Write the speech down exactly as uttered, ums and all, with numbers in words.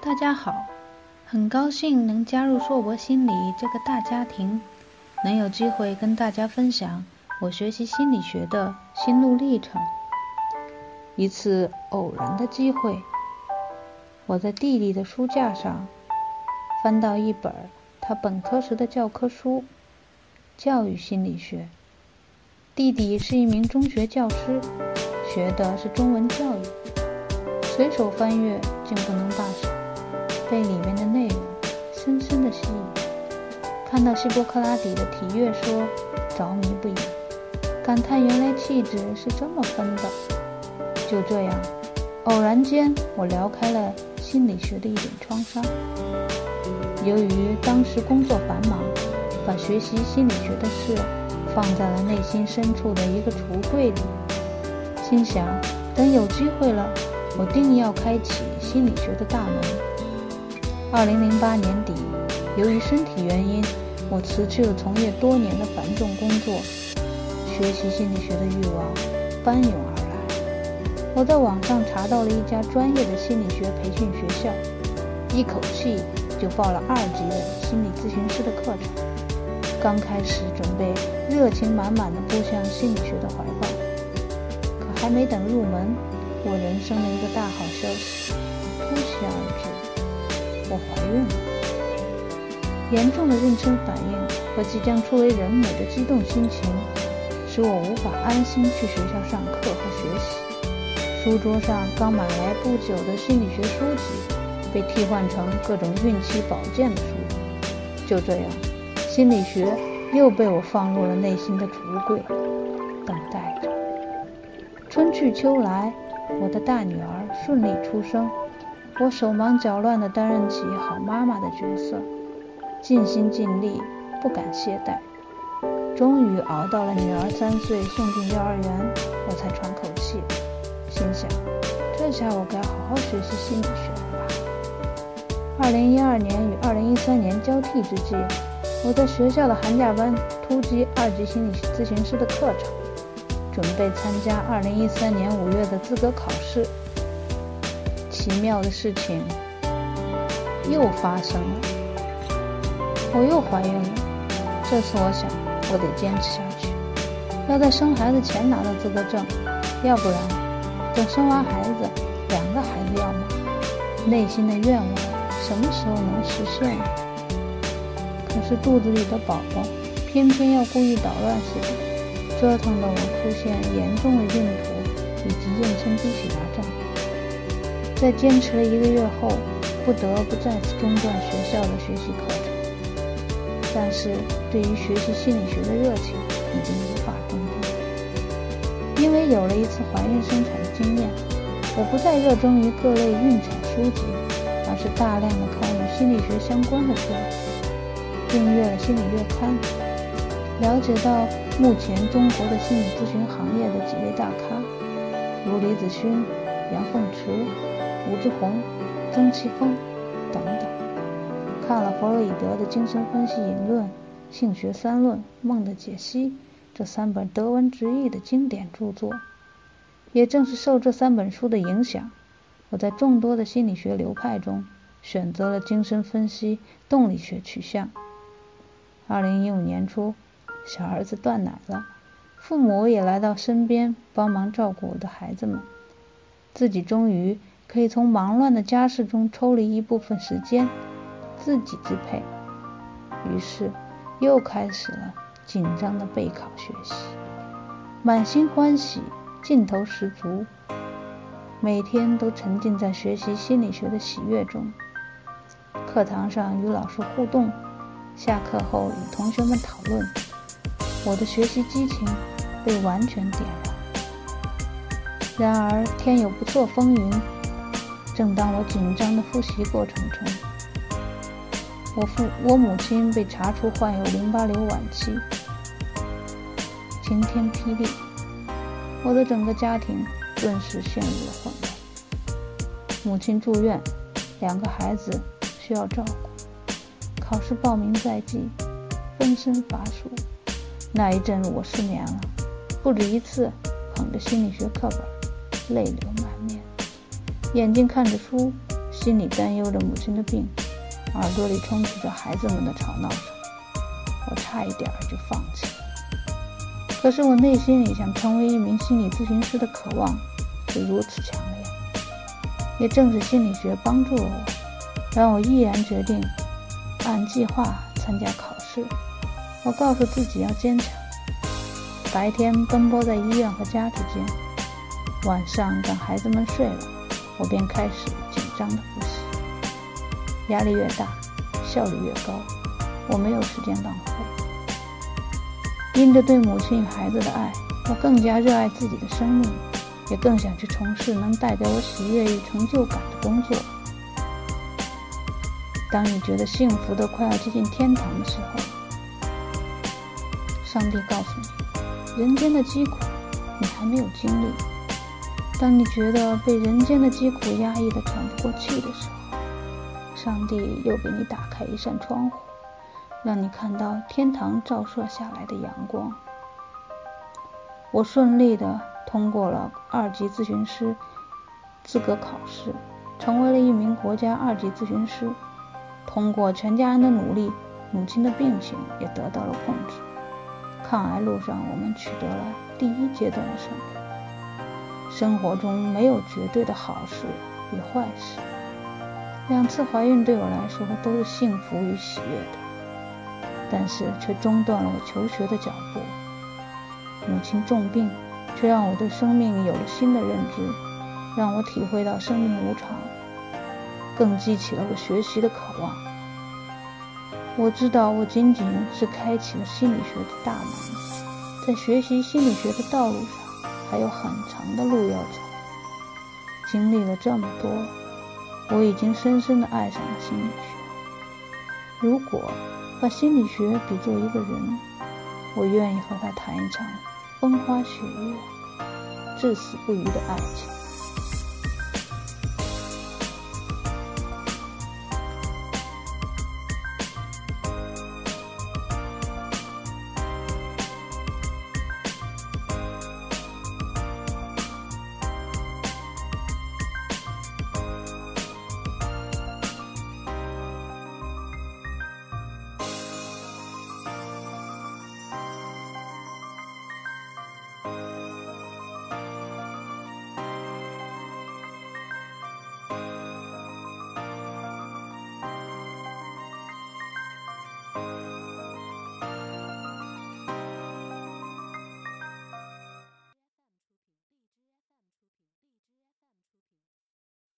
大家好，很高兴能加入硕博心理这个大家庭，能有机会跟大家分享我学习心理学的心路历程。一次偶然的机会，我在弟弟的书架上翻到一本他本科时的教科书《教育心理学》。弟弟是一名中学教师，学的是中文教育，随手翻阅竟不能罢手，被里面的内容深深地吸引。看到希波克拉底的体乐说，着迷不已，感叹原来气质是这么分的。就这样，偶然间我撩开了心理学的一点创伤。由于当时工作繁忙，把学习心理学的事放在了内心深处的一个橱柜里，心想等有机会了，我定要开启心理学的大门。二零零八年底，由于身体原因，我辞去了从业多年的繁重工作，学习心理学的欲望奔涌而来。我在网上查到了一家专业的心理学培训学校，一口气就报了二级的心理咨询师的课程。刚开始准备热情满满地扑向心理学的怀抱，可还没等入门，我人生的一个大好消息突袭而至，我怀孕了。严重的妊娠反应和即将初为人母的激动心情，使我无法安心去学校上课和学习。书桌上刚买来不久的心理学书籍，被替换成各种孕期保健的书。就这样，心理学又被我放入了内心的橱柜，等待着。春去秋来，我的大女儿顺利出生，我手忙脚乱地担任起好妈妈的角色，尽心尽力，不敢懈怠。终于熬到了女儿三岁送进幼儿园，我才喘口气，心想这下我该好好学习心理学了吧。二零一二年与二零一三年交替之际，我在学校的寒假班突击二级心理咨询师的课程，准备参加二零一三年五月的资格考试。奇妙的事情又发生了，我又怀孕了。这次我想我得坚持下去，要在生孩子前拿到资格证，要不然等生完孩子，两个孩子要吗？内心的愿望什么时候能实现呢？可是肚子里的宝宝偏偏要故意捣乱似的，折腾得我出现严重的孕吐以及妊娠低血压症。在坚持了一个月后，不得不再次中断学校的学习课程。但是对于学习心理学的热情已经无法中断，因为有了一次怀孕生产的经验，我不再热衷于各类孕产书籍，而是大量的看与心理学相关的书，订阅了心理月刊，了解到目前中国的心理咨询行业的几位大咖，如李子勋、杨凤池、吴志红、曾奇峰等等。看了弗洛伊德的精神分析引论、性学三论、梦的解析这三本德文直译的经典著作，也正是受这三本书的影响，我在众多的心理学流派中选择了精神分析动力学取向。二零一五年初，小儿子断奶了，父母也来到身边帮忙照顾我的孩子们，自己终于可以从忙乱的家事中抽离一部分时间自己支配。于是又开始了紧张的备考学习，满心欢喜，劲头十足，每天都沉浸在学习心理学的喜悦中。课堂上与老师互动，下课后与同学们讨论，我的学习激情被完全点燃。然而天有不测风云，正当我紧张的复习过程中，我父我母亲被查出患有淋巴瘤晚期。晴天霹雳，我的整个家庭顿时陷入了混乱。母亲住院，两个孩子需要照顾，考试报名在即，分身乏术。那一阵我失眠了，不止一次捧着心理学课本，泪流满面，眼睛看着书， 心里担忧着母亲的病，耳朵里充斥着孩子们的吵闹声，我差一点就放弃了。可是我内心里想成为一名心理咨询师的渴望是如此强烈，也正是心理学帮助了我，让我毅然决定按计划参加考试。我告诉自己要坚强，白天奔波在医院和家之间，晚上等孩子们睡了，我便开始紧张的复习。压力越大，效率越高，我没有时间浪费。因着对母亲与孩子的爱，我更加热爱自己的生命，也更想去从事能带给我喜悦与成就感的工作。当你觉得幸福的快要接近天堂的时候，上帝告诉你，人间的疾苦你还没有经历。当你觉得被人间的疾苦压抑得喘不过气的时候，上帝又给你打开一扇窗户，让你看到天堂照射下来的阳光。我顺利地通过了二级咨询师资格考试，成为了一名国家二级咨询师。通过全家人的努力，母亲的病情也得到了控制。抗癌路上，我们取得了第一阶段的胜利。生活中没有绝对的好事与坏事，两次怀孕对我来说都是幸福与喜悦的，但是却中断了我求学的脚步。母亲重病，却让我对生命有了新的认知，让我体会到生命无常，更激起了我学习的渴望。我知道我仅仅是开启了心理学的大门，在学习心理学的道路上还有很长的路要走。经历了这么多，我已经深深地爱上了心理学。如果把心理学比作一个人，我愿意和他谈一场风花雪月、至死不渝的爱情。